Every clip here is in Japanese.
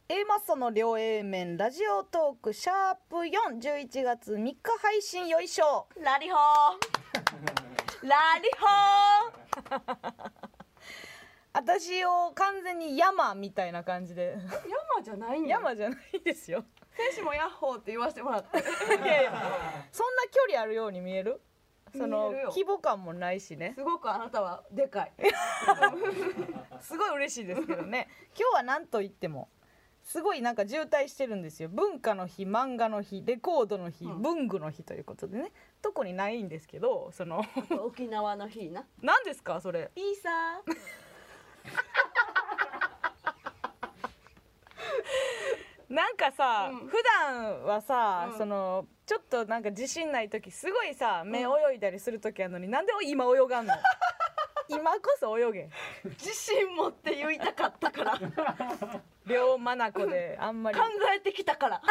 A マッソの両 A 面ラジオトークシャープ4、11月3日配信よいしょ。 ラリホーラリホー私を完全に山みたいな感じで山じゃないんや。 山じゃないですよ。 選手もヤッホーって言わせてもらっていやいや、そんな距離あるように見える？その見えるよ規模感もないしね。 すごくあなたはでかいすごい嬉しいですけどね。今日は何と言ってもすごいなんか渋滞してるんですよ。文化の日、漫画の日、レコードの日、文具の日ということでね、特にないんですけど、その沖縄の日な。 何ですかそれ。 いいさなんかさ、普段はさ、 うんそのちょっとなんか自信ない時すごいさ目泳いだりする時あるのに、なんで今泳がんの？今こそ泳げ。 自信持って言いたかったから考両眼であんまりえてきたから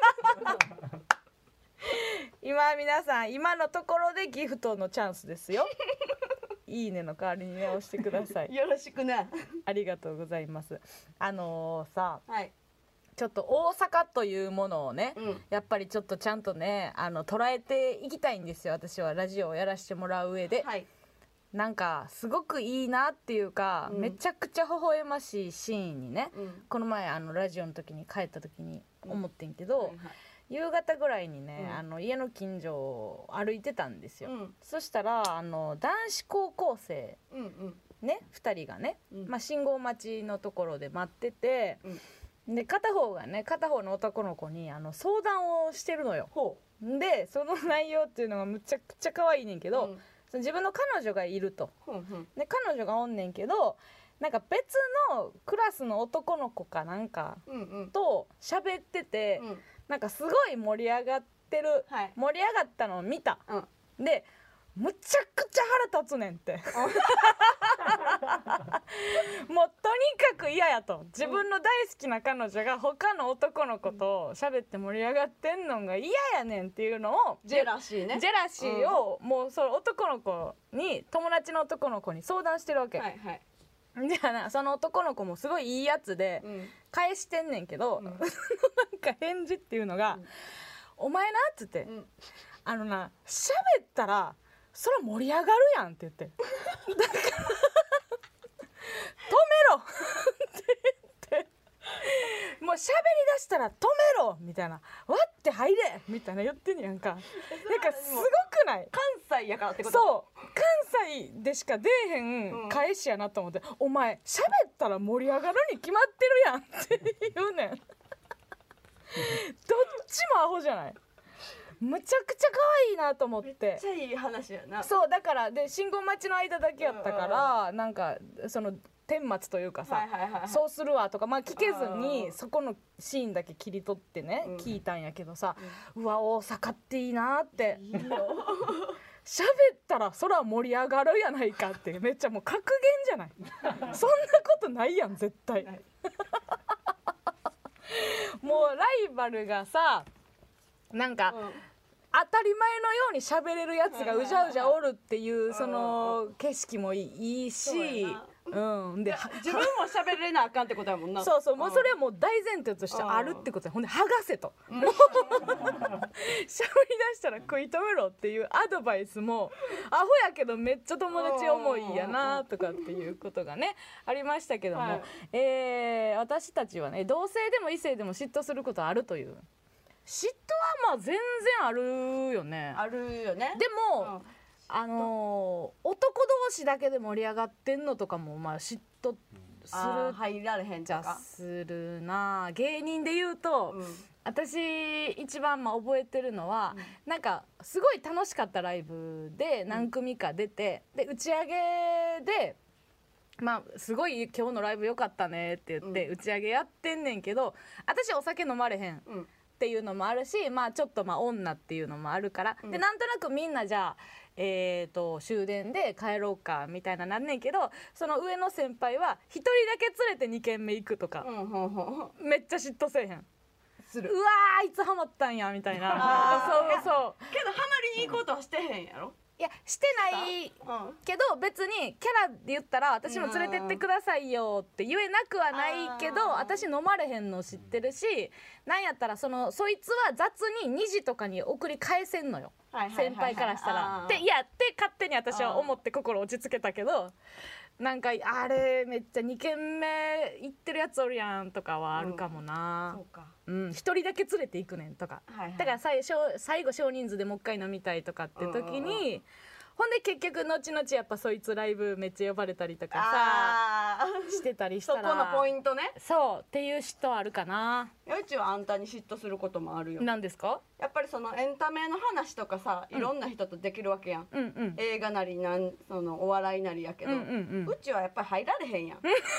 今皆さん今のところでギフトのチャンスですよ。いいねの代わりにね押してください。 よろしくね。 ありがとうございます。さ、 はい。 ちょっと大阪というものをね、 うんやっぱりちょっとちゃんとね捉えていきたいんですよ。私はラジオをやらせてもらう上で、 はい。 なんかすごくいいなっていうか、 うんめちゃくちゃ微笑ましいシーンにね、 うんこの前ラジオの時に帰った時に思ってんけど、 はいはい夕方ぐらいにね、家の近所を歩いてたんですよ、 うんそしたら男子高校生うんうんね2人がね、 うん信号待ちのところで待ってて、で片方の男の子に相談をしてるのよ。 ほでその内容っていうのがむちゃくちゃ可愛いねんけど、 うんその自分の彼女がいると。 う。うんで彼女がおんねんけど、なんか別のクラスの男の子かなんかうんうんと喋ってて、 うんなんかすごい盛り上がってる、 はい盛り上がったのを見た。 うんでむちゃくちゃ腹立つねんってもうとにかく嫌やと。自分の大好きな彼女が他の男の子と喋って盛り上がってんのが嫌やねんっていうのをジェラシーね。 ジェラシーをもうその男の子に、友達の男の子に相談してるわけ、 はいはい。 じゃあな、その男の子もすごいいいやつでうん返してんねんけど、なんか返事っていうのが「お前な」っつってうん 「喋ったらそら盛り上がるやん」って言って「だから止めろ」って言って「もう喋り出したら止めろ」みたいな「割って入れ」みたいな言ってんねやんか。なんかすごくない？ 関西やからってこと。 そう関西でしか出えへん返しやなと思って、お前喋ったら盛り上がるに決まってるやんって言うねんどっちもアホじゃない？むちゃくちゃ可愛いなと思っめってちゃいい話やな。 そうだからで信号待ちの間だけやったから、なんかその顛末というかさ、 はいはいはいはいそうするわとか聞けずにそこのシーンだけ切り取ってね、聞いたんやけどさ、うわ大阪っていいなっていいよ喋ったらそら盛り上がるやないかってめっちゃもう格言じゃないそんなことないやん絶対もうライバルがさなんか、当たり前のように喋れるやつがうじゃうじゃおるっていうその景色もいいし、うんで自分も喋れなあかんってことやもんな。 そうそう、もうそれはもう大前提としてあるってことや。ほんで剥がせと、もう喋り出したら食い止めろっていうアドバイスもアホやけどめっちゃ友達思いやなとかっていうことがねありましたけども、私たちはね同性でも異性でも嫉妬することあるという。嫉妬はまあ全然あるよね。 あるよね。 でも、男同士だけで盛り上がってんのとかもまあ嫉妬する入られへんじゃとか。 するな。芸人で言うと、私一番覚えてるのは、なんかすごい楽しかったライブで何組か出て、で打ち上げですごい今日のライブ良かったねって言って打ち上げやってんねんけど、私お酒飲まれへんっていうのもあるし、ちょっと女っていうのもあるから、でなんとなくみんなじゃあ終電で帰ろうかみたいななんねんけど、その上の先輩は一人だけ連れて2軒目行くとか、めっちゃ嫉妬せえへん。 する。 うわーいつハマったんやみたいな。そうそうけどハマりに行こうとはしてへんやろ。 いいやしてないけど別にキャラで言ったら私も連れてってくださいよって言えなくはないけど私飲まれへんの知ってるしなんやったらそいつは雑に2時とかに送り返せんのよ先輩からしたらって勝手に私は思って心落ち着けたけどなんかあれめっちゃ2軒目行ってるやつおるやんとかはあるかもな、 そうか、 1人だけ連れて行くねんとか、だから最後少人数でもう一回飲みたいとかって時に、ほんで結局後々やっぱそいつライブめっちゃ呼ばれたりとかさしてたりしたらそこのポイントねそうっていう人あるかな。 うちはあんたに嫉妬することもあるよ。 何ですか？ やっぱりそのエンタメの話とかさいろんな人とできるわけやん、映画なりそのお笑いなりやけど、うちはやっぱり入られへんやん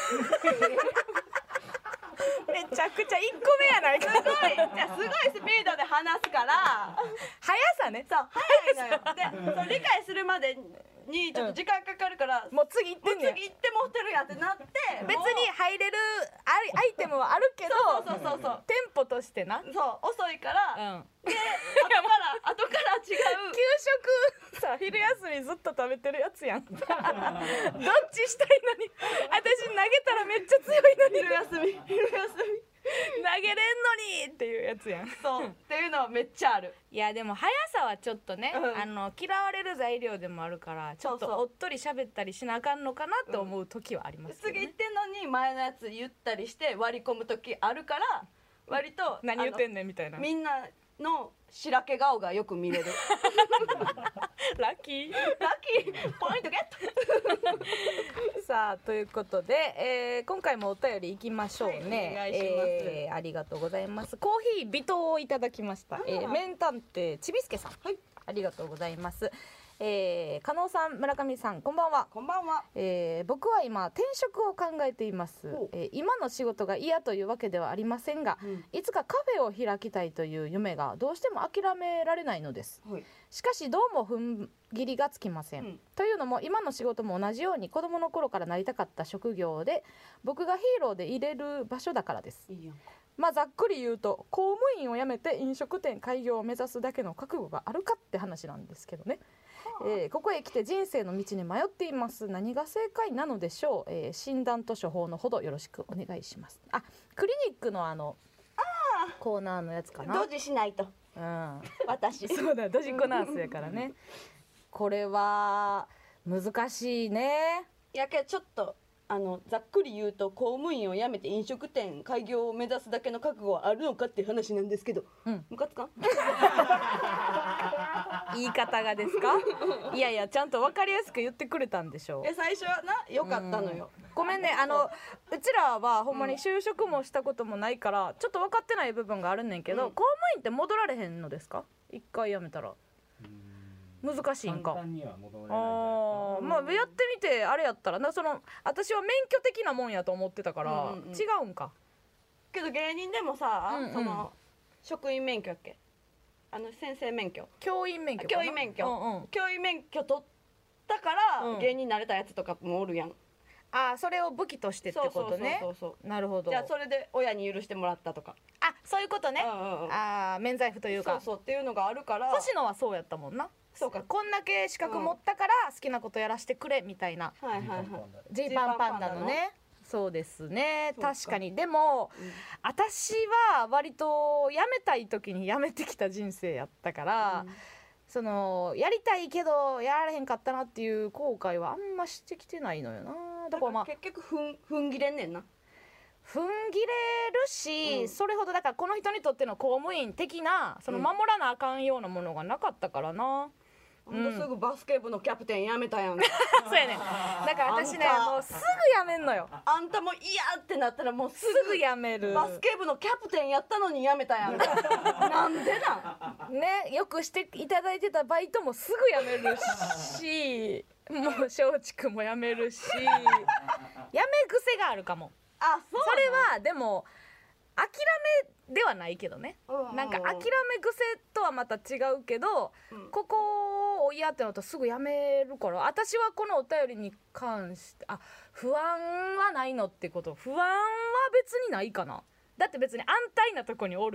めちゃくちゃ1個目やないか。 すごいスピードで話すから速さね。 そう速いのよでそう理解するまでにちょっと時間かかるからもう次行ってんねん。 次行ってもってるやんってなって別に入れるアイテムはあるけどそうテンポとしてなそう遅いから、で後から違う給食さ昼休みずっと食べてるやつやんどっちしたいのに私投げたらめっちゃ強いのに昼休み投げれんのにっていうやつやん。 そうっていうのはめっちゃある。 いやでも速さはちょっとね、嫌われる材料でもあるからちょっとおっとり喋ったりしなあかんのかなって思う時はありますけどね、 次言ってんのに前のやつ言ったりして割り込む時あるから割と何言ってんねんみたいなみんなのしらけ顔がよく見れるラッキーポイントゲットさあということで、今回もお便りいきましょうね、 お願いします、 ありがとうございます。コーヒー微糖をいただきました、名探偵ちびすけさん、ありがとうございます。加納さん村上さんこんばんは。 こんばんは。 僕は今転職を考えています。今の仕事が嫌というわけではありませんが、いつかカフェを開きたいという夢がどうしても諦められないのです。しかしどうも踏ん切りがつきません、というのも今の仕事も同じように子供の頃からなりたかった職業で僕がヒーローで入れる場所だからです。ざっくり言うと公務員を辞めて飲食店開業を目指すだけの覚悟があるかって話なんですけどね。ここへ来て人生の道に迷っています。何が正解なのでしょう。診断と処方のほどよろしくお願いします。クリニックのコーナーのやつかな。 ドジしないと、私そうだドジコナースやからねこれは難しいね。 いやけどちょっとざっくり言うと公務員を辞めて飲食店開業を目指すだけの覚悟はあるのかっていう話なんですけど、ムカつかん言い方がですかいやいやちゃんと分かりやすく言ってくれたんでしょう。 最初は良かったのよ。 ごめんねうちらはほんまに就職もしたこともないからちょっと分かってない部分があるねんけど、公務員って戻られへんのですか？一回辞めたら難しいんか。 簡単には戻れないんじゃないですか。 やってみてあれやったら私は免許的なもんやと思ってたから、違うんか。 けど芸人でもさ、その職員免許やっけ先生免許教員免許教員免許取ったから、芸人になれたやつとかもおるやん。 それを武器としてってことね。なるほど。 じゃあそれで親に許してもらったとかそういうことね。免罪符というかそうっていうのがあるから。 星野はそうやったもんな。そうかこんだけ資格持ったから好きなことやらせてくれみたいな。ジーパンパンダのね。そうですね確かに。でも、私は割と辞めたい時に辞めてきた人生やったから、やりたいけどやられへんかったなっていう後悔はあんましてきてないのよな。 だから結局踏ん切れんねんな。 踏ん切れるし、それほどだからこの人にとっての公務員的な守らなあかんようなものがなかったからな。 すぐバスケ部のキャプテン辞めたやんそうやねん。だから私ねもうすぐ辞めんのよ。 あんたも嫌ってなったらもうすぐ辞める。 バスケ部のキャプテンやったのに辞めたやんなんでなんね。よくしていただいてたバイトもすぐ辞めるしもう松竹も辞めるし辞め癖があるかも。それはでも諦めではないけどね、なんか諦め癖とはまた違うけど、ここを嫌ってなるとすぐやめるから、私はこのお便りに関して不安はないのってこと。不安は別にないかな。だって別に安泰なとこにおる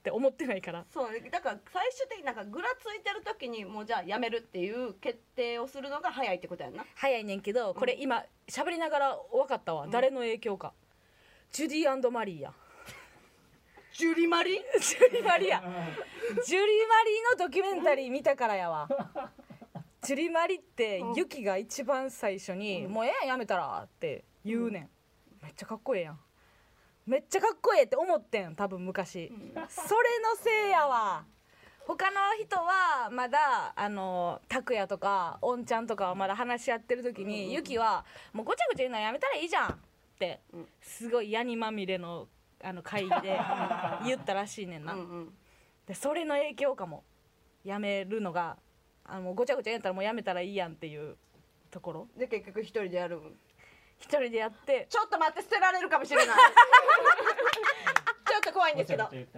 って思ってないから。 そうだから最終的になんかぐらついてる時にもうじゃあやめるっていう決定をするのが早いってことやんな。 早いねんけど、これ今喋りながら分かったわ、誰の影響か。ジュディ&マリーや。 ジュリマリジュリマリや。ジュリマリのドキュメンタリー見たからやわ。ジュリマリってユキが一番最初にもうやめたらって言うねん。めっちゃかっこええやん。めっちゃかっこええって思ってん多分昔、それのせいやわ。他の人はまだ拓也とかおんちゃんとかはまだ話し合ってる時に、ユキはもうごちゃごちゃ言うのやめたらいいじゃんってすごいヤニまみれの会議で言ったらしいねんな。でそれの影響かも。やめるのがごちゃごちゃやったらもうやめたらいいやんっていうところで結局一人でやる。 一人でやって、 ちょっと待って、捨てられるかもしれないちょっと怖いんですけど。でも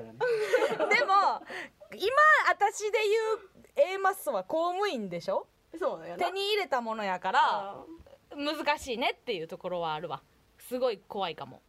今私で言う A マッソは公務員でしょ。 そうだよね。 手に入れたものやから難しいねっていうところはあるわ。すごい怖いかも。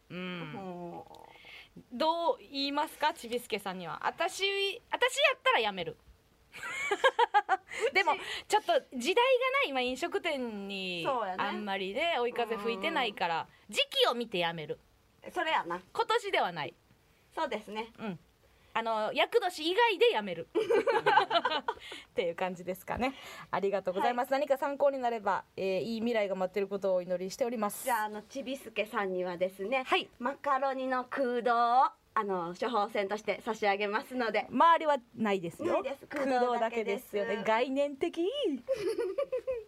どう言いますか、ちびすけさんには。私やったらやめるでもちょっと時代がない今飲食店にあんまりね追い風吹いてないから時期を見てやめる。 それやな。 今年ではない。 そうですね。 厄年以外でやめるっていう感じですかね。ありがとうございます、何か参考になれば、いい未来が待ってることをお祈りしております。 じゃあちびすけさんにはですね、 はい、 マカロニの空洞を処方箋として差し上げますので。 周りはないですよ。 ないです。 空洞だけですよね。概念的